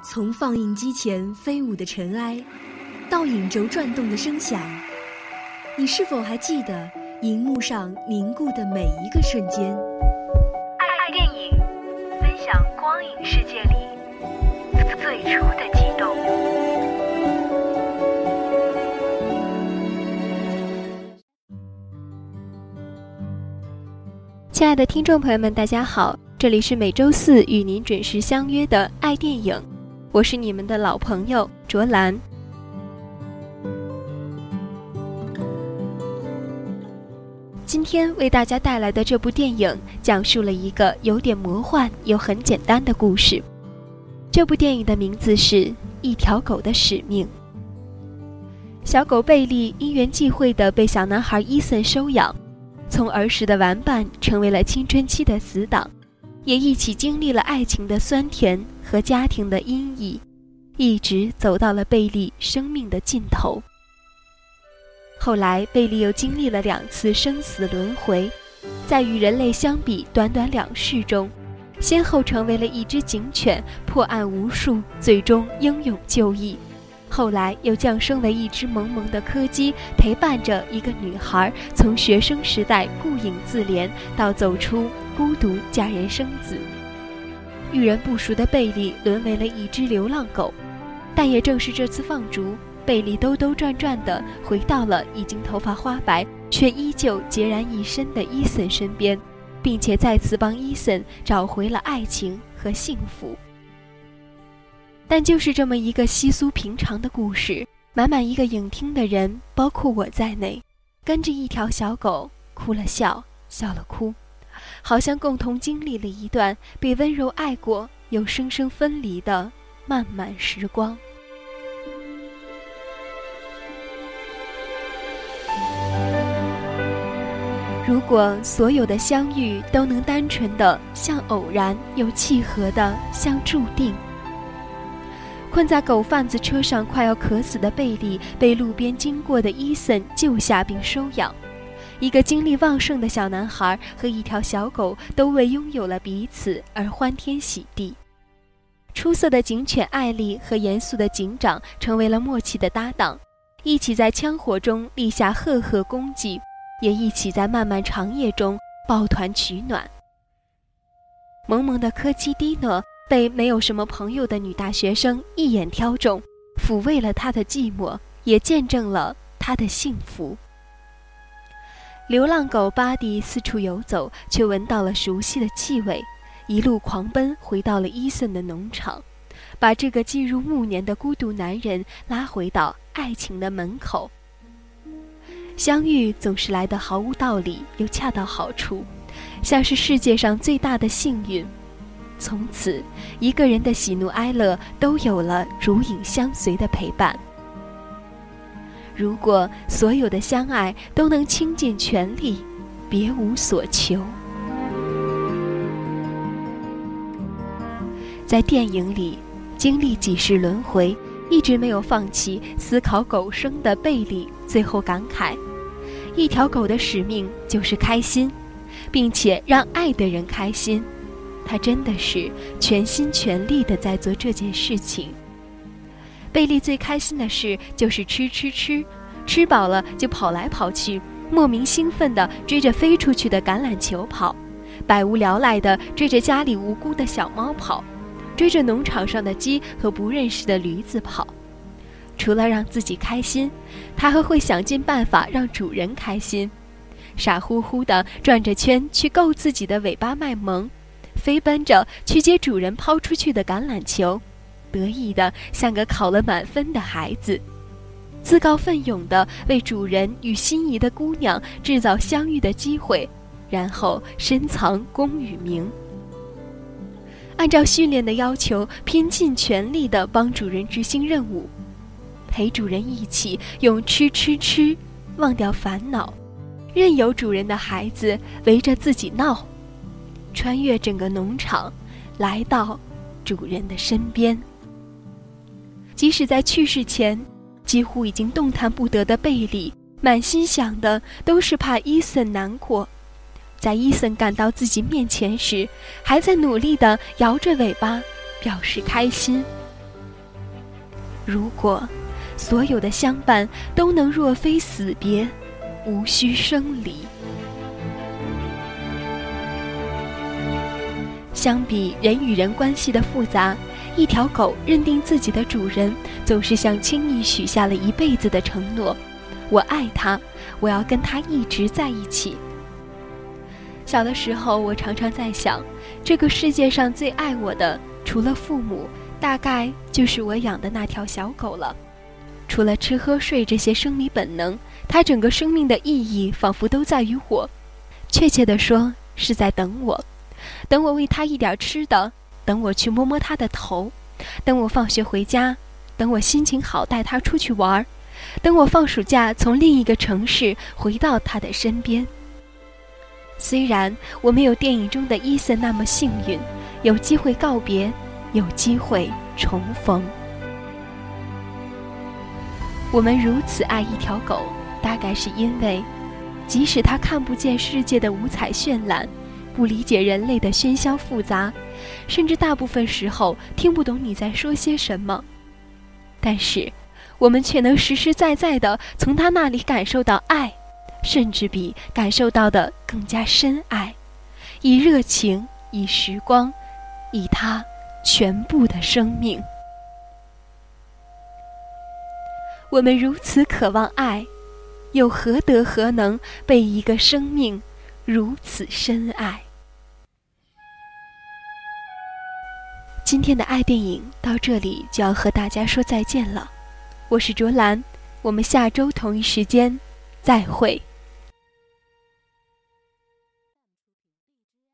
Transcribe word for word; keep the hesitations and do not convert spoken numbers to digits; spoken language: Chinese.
从放映机前飞舞的尘埃，到影轴转动的声响，你是否还记得荧幕上凝固的每一个瞬间？ 爱电影，分享光影世界里最初的悸动。 亲爱的听众朋友们，大家好，这里是每周四与您准时相约的爱电影，我是你们的老朋友卓兰。今天为大家带来的这部电影讲述了一个有点魔幻又很简单的故事。这部电影的名字是《一条狗的使命》。小狗贝利因缘际会地被小男孩伊森收养，从儿时的玩伴成为了青春期的死党，也一起经历了爱情的酸甜和家庭的阴翳，一直走到了贝利生命的尽头。后来贝利又经历了两次生死轮回，在与人类相比短短两世中，先后成为了一只警犬，破案无数，最终英勇就义。后来又降生为一只萌萌的柯基，陪伴着一个女孩从学生时代顾影自怜到走出孤独嫁人生子。遇人不淑的贝利沦为了一只流浪狗，但也正是这次放逐，贝利兜兜转转地回到了已经头发花白却依旧孑然一身的伊森身边，并且再次帮伊森找回了爱情和幸福。但就是这么一个稀疏平常的故事，满满一个影厅的人，包括我在内，跟着一条小狗哭了笑，笑了哭，好像共同经历了一段被温柔爱过又生生分离的漫漫时光。如果所有的相遇都能单纯的像偶然，又契合的像注定。困在狗贩子车上快要渴死的贝利被路边经过的伊森救下并收养，一个精力旺盛的小男孩和一条小狗都为拥有了彼此而欢天喜地。出色的警犬艾丽和严肃的警长成为了默契的搭档，一起在枪火中立下赫赫功绩，也一起在漫漫长夜中抱团取暖。萌萌的柯基蒂诺被没有什么朋友的女大学生一眼挑中，抚慰了她的寂寞，也见证了她的幸福。流浪狗巴蒂四处游走，却闻到了熟悉的气味，一路狂奔回到了伊森的农场，把这个进入暮年的孤独男人拉回到爱情的门口。相遇总是来得毫无道理，又恰到好处，像是世界上最大的幸运。从此一个人的喜怒哀乐都有了如影相随的陪伴。如果所有的相爱都能倾尽全力，别无所求。在电影里经历几世轮回，一直没有放弃思考狗生的贝利最后感慨，一条狗的使命就是开心，并且让爱的人开心。他真的是全心全力地在做这件事情。贝利最开心的事就是吃吃吃，吃饱了就跑来跑去，莫名兴奋地追着飞出去的橄榄球跑，百无聊赖地追着家里无辜的小猫跑，追着农场上的鸡和不认识的驴子跑。除了让自己开心，他还会想尽办法让主人开心，傻乎乎地转着圈去够自己的尾巴卖萌，飞奔着去接主人抛出去的橄榄球，得意的像个考了满分的孩子，自告奋勇地为主人与心仪的姑娘制造相遇的机会，然后深藏功与名。按照训练的要求，拼尽全力地帮主人执行任务，陪主人一起用吃吃吃忘掉烦恼，任由主人的孩子围着自己闹，穿越整个农场，来到主人的身边。即使在去世前几乎已经动弹不得的贝利，满心想的都是怕伊森难过，在伊森赶到自己面前时，还在努力地摇着尾巴表示开心。 如果所有的相伴都能若非死别，无需生离。相比人与人关系的复杂，一条狗认定自己的主人总是像轻易许下了一辈子的承诺，我爱它，我要跟它一直在一起。小的时候，我常常在想，这个世界上最爱我的，除了父母，大概就是我养的那条小狗了。除了吃喝睡这些生理本能，它整个生命的意义仿佛都在于我，确切地说，是在等我。等我喂它一点吃的，等我去摸摸它的头，等我放学回家，等我心情好带它出去玩，等我放暑假从另一个城市回到它的身边。虽然我没有电影中的伊森那么幸运，有机会告别，有机会重逢。我们如此爱一条狗，大概是因为即使它看不见世界的五彩绚烂，不理解人类的喧嚣复杂，甚至大部分时候听不懂你在说些什么，但是我们却能实实在在地从他那里感受到爱，甚至比感受到的更加深爱，以热情，以时光，以他全部的生命。我们如此渴望爱，又何德何能被一个生命如此深爱？今天的爱电影到这里就要和大家说再见了，我是卓兰，我们下周同一时间再会。